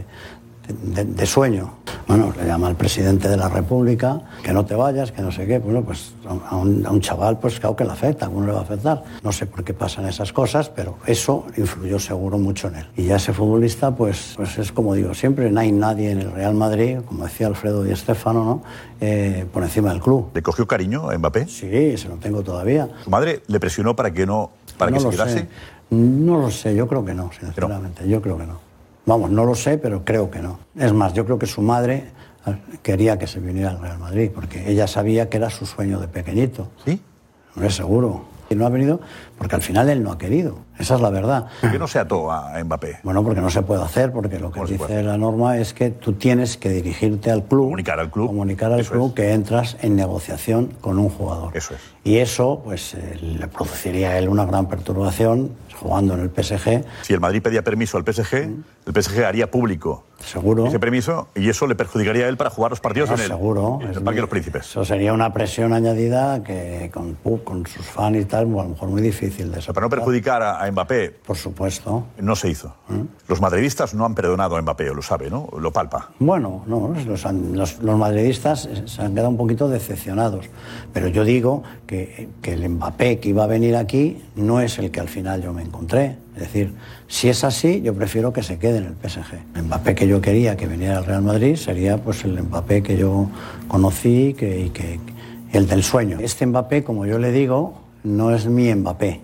de sueño. Bueno, le llama al presidente de la República, que no te vayas, que no sé qué. Bueno, pues a un chaval, pues claro que le afecta, ¿cómo le va a afectar? No sé por qué pasan esas cosas, pero eso influyó seguro mucho en él. Y ya ese futbolista, pues es como digo siempre, no hay nadie en el Real Madrid, como decía Alfredo Di Stéfano, ¿no? Por encima del club. ¿Le cogió cariño a Mbappé? Sí, se lo tengo todavía. ¿Su madre le presionó para que se quedase? No lo sé, yo creo que no, sinceramente, yo creo que no. Vamos, no lo sé, pero creo que no. Es más, yo creo que su madre quería que se viniera al Real Madrid, porque ella sabía que era su sueño de pequeñito. ¿Sí? No es seguro. Y no ha venido porque al final él no ha querido. Esa es la verdad. ¿Por qué no se ató a Mbappé? Bueno, porque no se puede hacer, porque lo que dice la norma es que tú tienes que dirigirte al club. Comunicar al club que entras en negociación con un jugador. Eso es. Y eso, pues, le produciría a él una gran perturbación jugando en el PSG. Si el Madrid pedía permiso al PSG, el PSG haría público seguro ese permiso y eso le perjudicaría a él para jugar los partidos en el Parque de los Príncipes. Eso sería una presión añadida que con sus fans y tal, a lo mejor muy difícil de soportar. Para no perjudicar a Mbappé. Por supuesto. No se hizo. Los madridistas no han perdonado a Mbappé, lo sabe, ¿no? Lo palpa. Bueno, no, los madridistas se han quedado un poquito decepcionados. Pero yo digo que el Mbappé que iba a venir aquí no es el que al final yo me encontré. Es decir, si es así, yo prefiero que se quede en el PSG. El Mbappé que yo quería que viniera al Real Madrid sería pues el Mbappé que yo conocí y el del sueño. Este Mbappé, como yo le digo, no es mi Mbappé.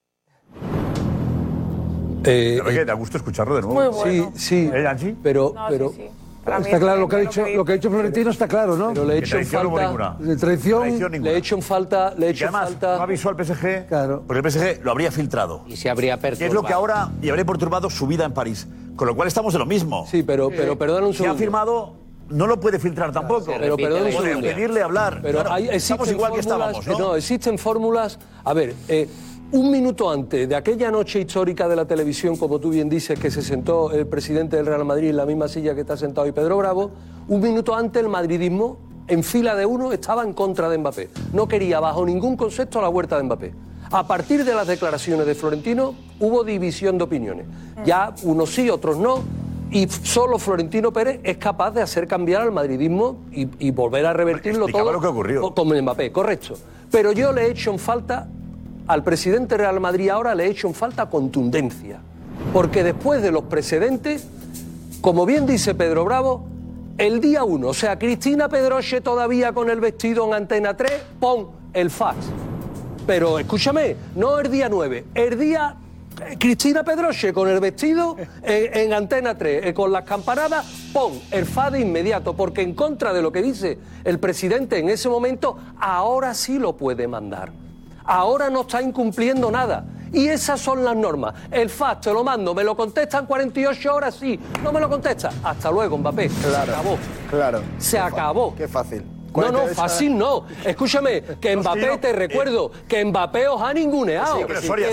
¿Da gusto escucharlo de nuevo? Muy bueno. Sí, pero... Está claro lo que ha dicho Florentino, está claro, ¿no? Pero le he hecho en falta... De traición. Le he hecho en falta... Y además, no avisó al PSG, porque el PSG lo habría filtrado. Y se habría perturbado. Que es lo que ahora... Y habría perturbado su vida en París. Con lo cual estamos de lo mismo. Sí, pero perdona un segundo. Si ha firmado... No lo puede filtrar tampoco. Pero perdón un segundo. Pedirle hablar. Pero claro, estamos igual que estábamos, ¿no? No, existen fórmulas... A ver... un minuto antes de aquella noche histórica de la televisión, como tú bien dices, que se sentó el presidente del Real Madrid en la misma silla que está sentado hoy Pedro Bravo, un minuto antes el madridismo, en fila de uno, estaba en contra de Mbappé. No quería bajo ningún concepto la huerta de Mbappé. A partir de las declaraciones de Florentino hubo división de opiniones. Ya unos sí, otros no. Y solo Florentino Pérez es capaz de hacer cambiar al madridismo y volver a revertirlo todo lo que ocurrió. Con Mbappé, correcto. Pero yo le he hecho en falta... Al presidente Real Madrid ahora le he hecho en falta contundencia. Porque después de los precedentes, como bien dice Pedro Bravo, el día 1, o sea, Cristina Pedroche todavía con el vestido en Antena 3, pon el fax. Pero escúchame, no el día 9, el día Cristina Pedroche con el vestido en Antena 3, con las campanadas, pon el fax de inmediato, porque en contra de lo que dice el presidente en ese momento, ahora sí lo puede mandar. Ahora no está incumpliendo nada. Y esas son las normas. El fax te lo mando, me lo contestan 48 horas, sí. No me lo contesta. Hasta luego, Mbappé. Claro, se acabó. Claro. Se acabó. Qué fácil. No, fácil no. Escúchame, que Mbappé, te recuerdo, que Mbappé os ha ninguneado. Que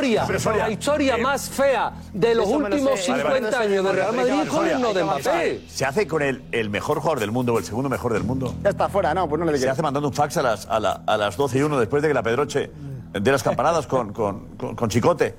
la historia más fea de los últimos 50 años de Real Madrid es con el no de Mbappé. Se hace con el mejor jugador del mundo o el segundo mejor del mundo. Ya está fuera, no, pues no le digas. Se hace mandando un fax a las 12:01 después de que la Pedroche de las campanadas con Chicote.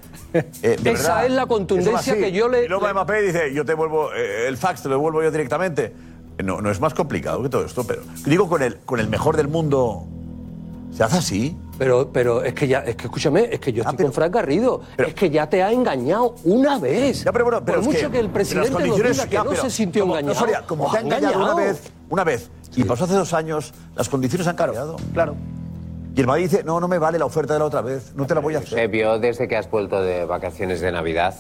Esa es la contundencia que yo le... Y luego Mbappé dice, yo te vuelvo el fax, te lo devuelvo yo directamente. No es más complicado que todo esto, pero digo con el mejor del mundo se hace así. Pero es que escúchame, es que yo estoy con Fran Garrido, es que ya te ha engañado una vez. Ya, pero por mucho que el presidente nos diga que no se sintió engañado. No, Soria, como te ha engañado una vez y pasó hace 2 años, las condiciones han cambiado. Claro. Y el Madrid dice, no me vale la oferta de la otra vez, no te la voy a hacer. Yo desde que has vuelto de vacaciones de Navidad,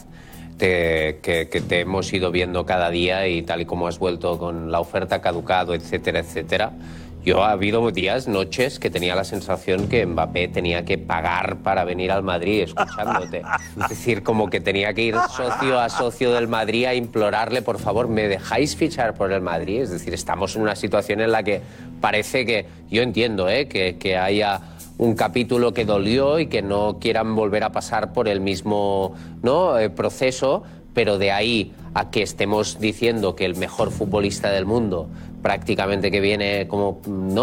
que te hemos ido viendo cada día y tal y como has vuelto con la oferta caducado, etcétera, etcétera. Yo ha habido días, noches, que tenía la sensación que Mbappé tenía que pagar para venir al Madrid escuchándote. Es decir, como que tenía que ir socio a socio del Madrid a implorarle, por favor, ¿me dejáis fichar por el Madrid? Es decir, estamos en una situación en la que parece que, yo entiendo, que haya un capítulo que dolió y que no quieran volver a pasar por el mismo proceso, pero de ahí a que estemos diciendo que el mejor futbolista del mundo prácticamente que viene como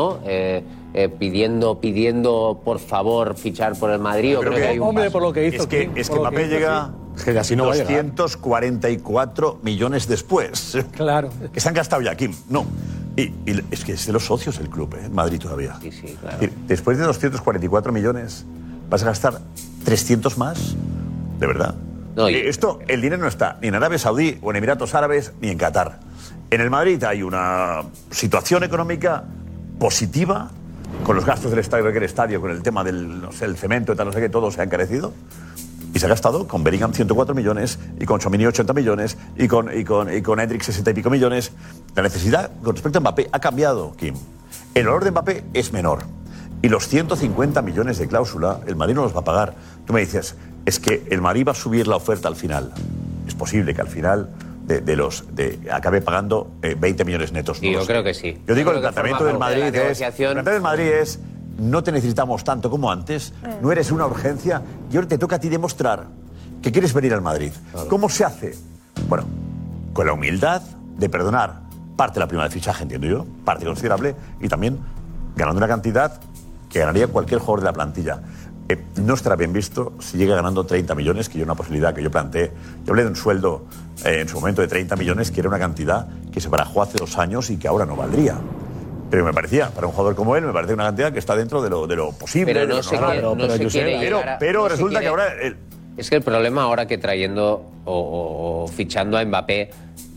pidiendo por favor fichar por el Madrid. Yo creo que hay un por lo que hizo. Es que Mbappé llega así no 244 millones después. Claro. Que se han gastado ya, Kim. No. Y es que es de los socios el club, en Madrid todavía. Sí, claro. Después de 244 millones, ¿vas a gastar 300 más? ¿De verdad? No, el dinero no está ni en Arabia Saudí o en Emiratos Árabes ni en Qatar. En el Madrid hay una situación económica positiva, con los gastos del estadio, con el tema del el cemento y tal, no sé qué, todo se ha encarecido. Y se ha gastado con Bellingham 104 millones, y con Tchouaméni 80 millones, y con Endrick 60 y pico millones. La necesidad con respecto a Mbappé ha cambiado, Kim. El valor de Mbappé es menor. Y los 150 millones de cláusula, el Madrid no los va a pagar. Tú me dices, es que el Madrid va a subir la oferta al final. Es posible que al final acabe pagando 20 millones netos. Sí, yo creo que sí. Yo digo, el planteamiento del Madrid es no te necesitamos tanto como antes, no eres una urgencia y ahora te toca a ti demostrar que quieres venir al Madrid. Claro. ¿Cómo se hace? Bueno, con la humildad de perdonar parte de la prima de fichaje, entiendo yo, parte considerable, y también ganando una cantidad que ganaría cualquier jugador de la plantilla. No estará bien visto si llega ganando 30 millones, que es una posibilidad que yo planteé. Yo hablé de un sueldo en su momento de 30 millones, que era una cantidad que se barajó hace 2 años y que ahora no valdría. Pero me parecía, para un jugador como él, me parece una cantidad que está dentro de lo posible. Pero no se quiere llegar pero resulta que ahora... Es que el problema ahora que trayendo o fichando a Mbappé,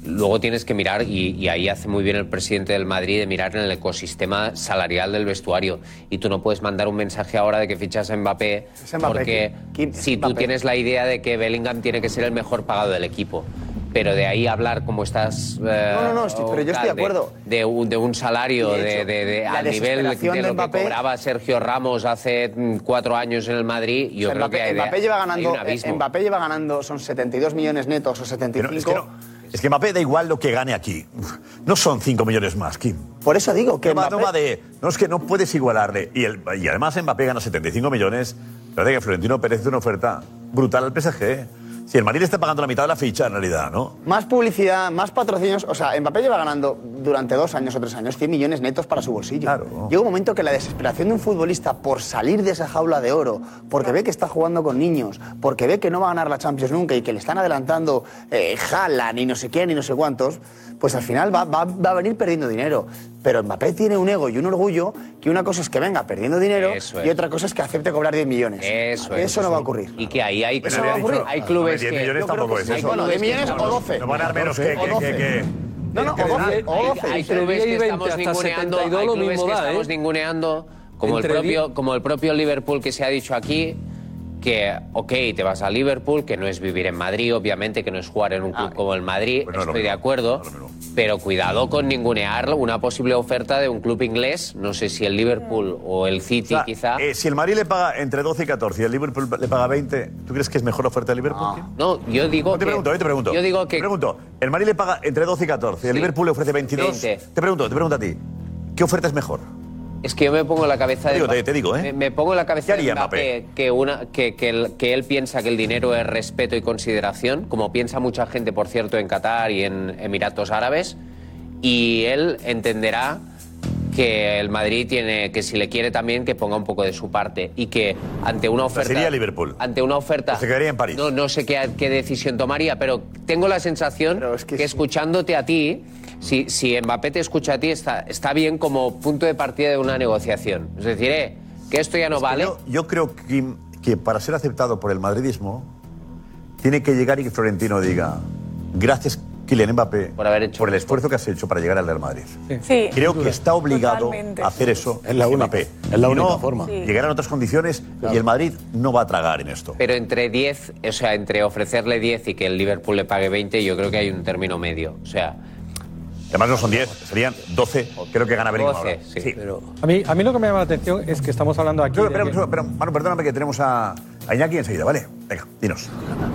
luego tienes que mirar, y ahí hace muy bien el presidente del Madrid, de mirar en el ecosistema salarial del vestuario. Y tú no puedes mandar un mensaje ahora de que fichas a Mbappé, porque si tú tienes la idea de que Bellingham tiene que ser el mejor pagado del equipo. Pero de ahí hablar como estás... pero yo estoy de acuerdo. De un salario al nivel de lo Mbappé, que cobraba Sergio Ramos hace 4 años en el Madrid, yo creo que Mbappé lleva ganando, son 72 millones netos o 75... Es que Mbappé da igual lo que gane aquí. No son 5 millones más, Kim. Por eso digo que no es que no puedes igualarle. Y además Mbappé gana 75 millones. La verdad que Florentino Pérez hace una oferta brutal al PSG. Si el Madrid está pagando la mitad de la ficha, en realidad, ¿no? Más publicidad, más patrocinios. O sea, Mbappé lleva ganando durante 2 años o 3 años 100 millones netos para su bolsillo. Claro. Llega un momento que la desesperación de un futbolista por salir de esa jaula de oro, porque ve que está jugando con niños, porque ve que no va a ganar la Champions nunca y que le están adelantando Haaland y no sé quién y no sé cuántos, pues al final va a venir perdiendo dinero. Pero Mbappé tiene un ego y un orgullo que una cosa es que venga perdiendo dinero y otra cosa es que acepte cobrar 10 millones. Eso no va a ocurrir. Y que ahí hay, eso no va a ocurrir. Hay clubes 10 millones tampoco es eso. Bueno, 10 millones o 12. No van a dar menos que... No, o 12. Hay clubes que estamos ninguneando, como el propio Liverpool, que se ha dicho aquí, que, ok, te vas a Liverpool, que no es vivir en Madrid, obviamente, que no es jugar en un club como el Madrid, estoy de acuerdo, pero cuidado con ningunear una posible oferta de un club inglés, no sé si el Liverpool o el City, quizá. Si el Madrid le paga entre 12 y 14 y el Liverpool le paga 20, ¿tú crees que es mejor oferta de Liverpool? No, yo digo te pregunto. Yo digo que... Te pregunto, el Madrid le paga entre 12 y 14 y el Liverpool le ofrece 22. 20. Te pregunto a ti, ¿qué oferta es mejor? Es que yo me pongo en la cabeza de... Te digo, Me pongo en la cabeza de Mbappé que él piensa que el dinero es respeto y consideración, como piensa mucha gente, por cierto, en Qatar y en Emiratos Árabes, y él entenderá que el Madrid tiene, que si le quiere también, que ponga un poco de su parte, y que ante una oferta... Sería Liverpool. Ante una oferta... Se quedaría en París. No sé qué decisión tomaría, pero tengo la sensación que escuchándote a ti... Si Mbappé te escucha a ti, está bien como punto de partida de una negociación. Es decir, que esto ya no vale. Yo creo que para ser aceptado por el madridismo, tiene que llegar y que Florentino diga: gracias, Kylian Mbappé, por el esfuerzo que has hecho para llegar al Real Madrid. Sí. Creo que está obligado a hacer eso. Es la única forma. Llegar en otras condiciones y el Madrid no va a tragar en esto. Pero entre ofrecerle 10 y que el Liverpool le pague 20, yo creo que hay un término medio. O sea... Además no son 10, serían 12. Creo que gana Bellingham ahora. Sí. Pero... A mí lo que me llama la atención es que estamos hablando aquí... Pero Manu, perdóname que tenemos a Iñaki enseguida, ¿vale? Venga, dinos.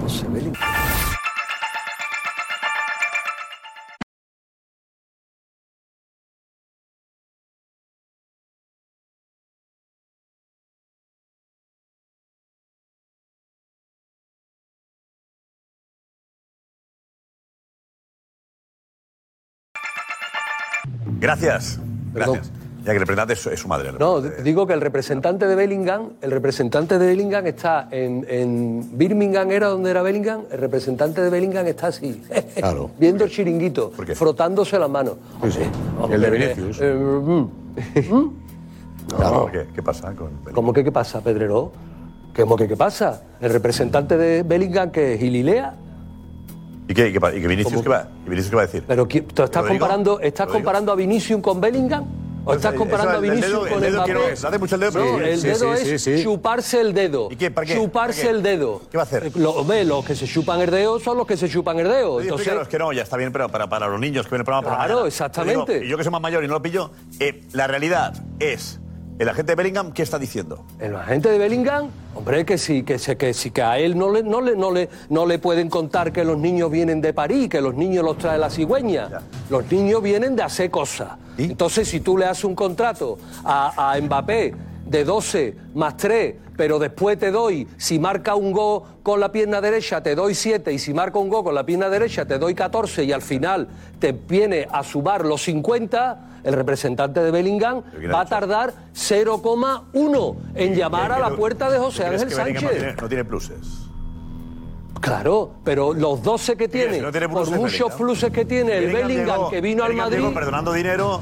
Gracias. Ya que el representante es su madre. No, digo que el representante de Bellingham está en Birmingham, ¿era donde era Bellingham? El representante de Bellingham está así, claro, viendo el chiringuito, frotándose las manos. El de Vinicius. Claro, ¿qué pasa con Bellingham? ¿Cómo que qué pasa, Pedrero? ¿Cómo que qué pasa? El representante de Bellingham, que es Gililea. ¿Y Vinicius qué va a decir? Pero ¿tú estás comparando a Vinicius con Bellingham? ¿O estás comparando a Vinicius con Mbappé? ¿Hace mucho el dedo? No, el dedo es chuparse el dedo. ¿Y qué? ¿Para qué? Chuparse el dedo. ¿Qué va a hacer? Los que se chupan el dedo son los que se chupan el dedo. Entonces, es que no, ya está bien, pero para los niños que ven el programa por la mañana. Claro, exactamente. Y yo que soy más mayor y no lo pillo, la realidad es... ¿El agente de Bellingham qué está diciendo? El agente de Bellingham, hombre, que a él no le pueden contar que los niños vienen de París, que los niños los trae la cigüeña. Ya. Los niños vienen de hacer cosas. ¿Y? Entonces, si tú le haces un contrato a Mbappé de 12 más 3, pero después te doy, si marca un gol con la pierna derecha, te doy 7, y si marca un gol con la pierna derecha, te doy 14, y al final te viene a sumar los 50, el representante de Bellingham va a tardar 0,1 en llamar a la puerta de José Ángel Sánchez. No tiene pluses. Claro, pero los 12 que tiene, por muchos pluses que tiene el Bellingham que vino al Madrid... Perdonando dinero...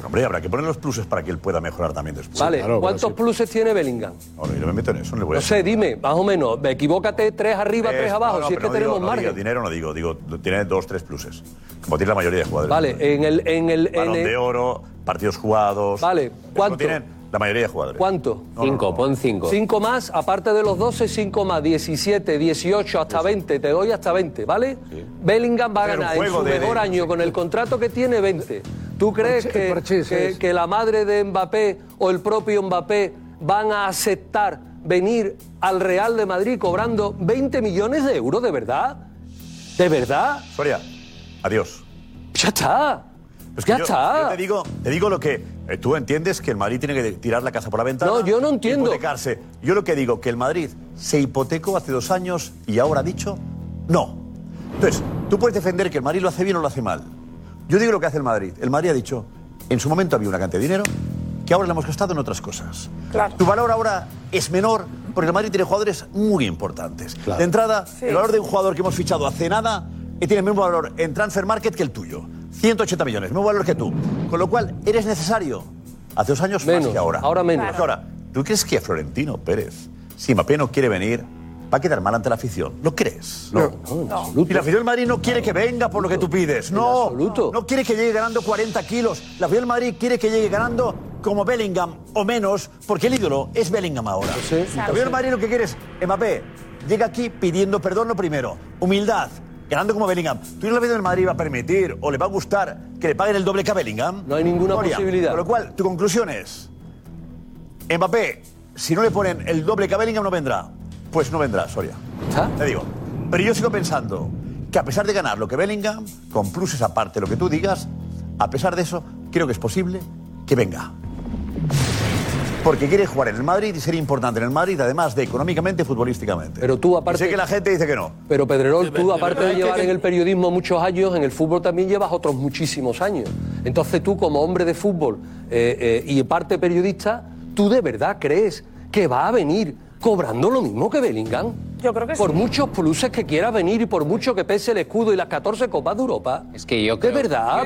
Pero, hombre, habrá que poner los pluses para que él pueda mejorar también después. Vale, claro, ¿cuántos pluses tiene Bellingham? Ahora, yo no me meto en eso, no le voy a No sé, dime, más o menos, equivócate, 3 arriba, 3 abajo, si es que tenemos margen. Dinero no digo, tiene 2, 3 pluses, como tiene la mayoría de jugadores. Vale, Balón de oro, partidos jugados. Vale, ¿cuánto? Tienen la mayoría de jugadores. ¿Cuánto? 5, pon 5. 5 más, aparte de los 12, 5 más, 17, 18, hasta 20, te doy hasta 20, ¿vale? Sí. Bellingham va a ganar en su mejor año con el contrato que tiene 20. ¿Tú crees que la madre de Mbappé o el propio Mbappé van a aceptar venir al Real de Madrid cobrando 20 millones de euros, de verdad? ¿De verdad? Soria, adiós. Ya está. Pues ya está. Yo te digo lo que... tú entiendes que el Madrid tiene que tirar la casa por la ventana. No, yo no entiendo. Hipotecarse. Yo lo que digo, que el Madrid se hipotecó hace 2 años y ahora ha dicho no. Entonces, tú puedes defender que el Madrid lo hace bien o lo hace mal. Yo digo lo que hace el Madrid. El Madrid ha dicho, en su momento había una cantidad de dinero que ahora le hemos gastado en otras cosas. Claro. Tu valor ahora es menor porque el Madrid tiene jugadores muy importantes. Claro. De entrada, el valor de un jugador que hemos fichado hace nada tiene el mismo valor en Transfer Market que el tuyo. 180 millones, mismo valor que tú. Con lo cual, eres necesario. Hace 2 años menos, más que ahora. Ahora menos. Claro. Ahora, ¿tú crees que Florentino Pérez, si Mbappé no quiere venir, va a quedar mal ante la afición? ¿Lo crees? No. Y la afición del Madrid no quiere que venga por lo que tú pides. No, no quiere que llegue ganando 40 kilos. La afición del Madrid quiere que llegue ganando como Bellingham o menos, porque el ídolo es Bellingham ahora. Sí, la afición del Madrid lo que quiere es, Mbappé, llega aquí pidiendo perdón lo primero, humildad, ganando como Bellingham. ¿Tú no la afición del Madrid va a permitir o le va a gustar que le paguen el doble que a Bellingham? No hay ninguna posibilidad. Con lo cual, tu conclusión es, Mbappé, si no le ponen el doble que a Bellingham, no vendrá. Pues no vendrá, Soria. Te digo. Pero yo sigo pensando que a pesar de ganar lo que Bellingham, con pluses aparte lo que tú digas, a pesar de eso, creo que es posible que venga. Porque quiere jugar en el Madrid y ser importante en el Madrid, además de económicamente y futbolísticamente. Pero tú, aparte... Y sé que la gente dice que no. Pero, Pedrerol, tú, aparte de llevar en el periodismo muchos años, en el fútbol también llevas otros muchísimos años. Entonces tú, como hombre de fútbol y parte periodista, ¿tú de verdad crees que va a venir cobrando lo mismo que Bellingham? Yo creo que por sí. muchos pluses que quiera venir y por mucho que pese el escudo y las 14 Copas de Europa. Es que yo creo... De verdad,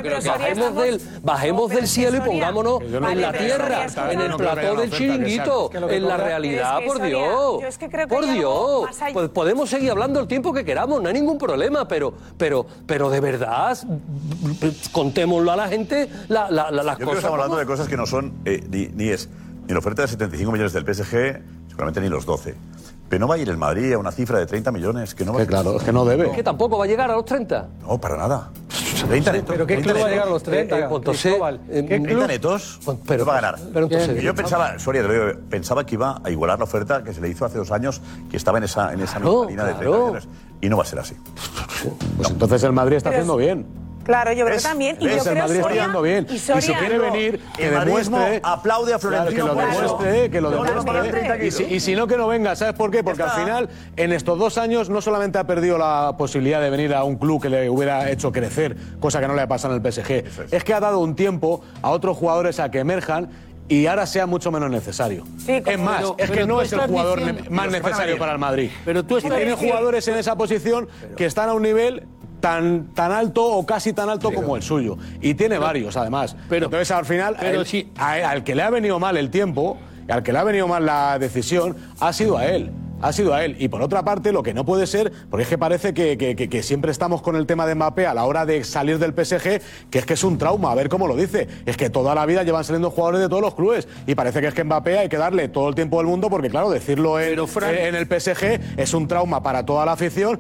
bajemos del cielo y pongámonos en la tierra, en el plató del chiringuito, en la realidad, por Dios. Por Dios. Pues podemos seguir hablando el tiempo que queramos, no hay ningún problema, pero de verdad, contémoslo a la gente las cosas. Yo creo que estamos hablando como... de cosas que no son ni la oferta de 75 millones del PSG, seguramente ni los 12. Pero no va a ir el Madrid a una cifra de 30 millones. Que no va claro, es que no debe. Es que tampoco va a llegar a los 30. No, para nada. 30 netos. ¿Pero qué club va a llegar a los 30? Entonces, 30 netos, pero va a ganar. Pero entonces, yo pensaba, sorry, pensaba que iba a igualar la oferta que se le hizo hace 2 años, que estaba en esa misma línea de 30 millones. Y no va a ser así. Pues entonces el Madrid está haciendo bien. Claro, yo creo que también. Y yo el Madrid está yendo bien. Y si quiere venir, que demuestre. Aplaude a Florentino. Que lo demuestre. Y si no, que no venga. ¿Sabes por qué? Porque al final, en estos 2 años, no solamente ha perdido la posibilidad de venir a un club que le hubiera hecho crecer, cosa que no le ha pasado en el PSG. Es que ha dado un tiempo a otros jugadores a que emerjan y ahora sea mucho menos necesario. Sí, es más, es que no es el jugador más necesario para el Madrid. Pero tú tienes jugadores en esa posición que están a un nivel tan alto o casi tan alto como el suyo. Y tiene varios, además. Entonces, al final, al que le ha venido mal el tiempo, al que le ha venido mal la decisión, ha sido a él. Ha sido a él. Y por otra parte, lo que no puede ser, porque es que parece que siempre estamos con el tema de Mbappé a la hora de salir del PSG, que es un trauma, a ver cómo lo dice. Es que toda la vida llevan saliendo jugadores de todos los clubes. Y parece que es que Mbappé hay que darle todo el tiempo del mundo, porque claro, decirlo en el PSG es un trauma para toda la afición.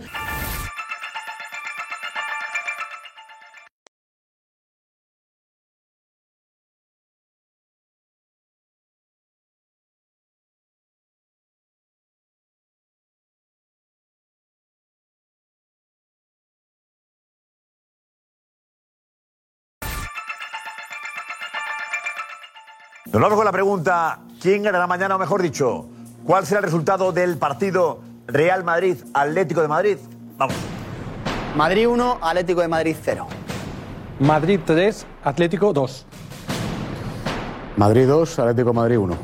Nos vamos con la pregunta, ¿quién ganará mañana, o mejor dicho, cuál será el resultado del partido Real Madrid-Atlético de Madrid? Vamos. Madrid 1, Atlético de Madrid 0. Madrid 3, Atlético 2. Madrid 2, Atlético de Madrid 1.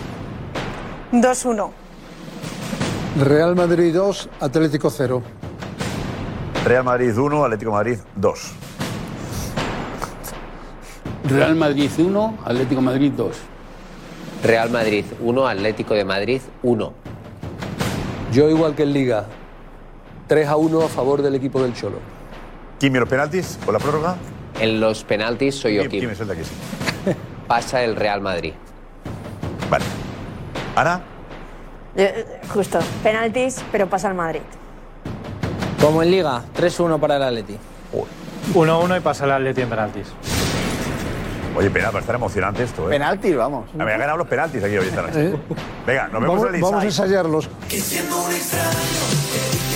2-1. Real Madrid 2, Atlético 0. Real Madrid 1, Atlético de Madrid 2. Real Madrid 1, Atlético Madrid 2. Real Madrid 1, Atlético de Madrid 1. Yo igual que en Liga, 3-1 a favor del equipo del Cholo. ¿Kim y los penaltis o la prórroga? En los penaltis soy yo, Kim. ¿Quién es el de aquí? Pasa el Real Madrid. Vale. ¿Ana? Justo, penaltis, pero pasa el Madrid. Como en Liga, 3-1 para el Atleti. 1-1 y pasa el Atleti en penaltis. Oye, penal, va a estar emocionante esto, ¿eh? Penaltis, vamos. Me han ganado los penaltis aquí hoy esta noche. Venga, nos vemos en el Vamos a inside. ensayarlos. Que siendo un extraño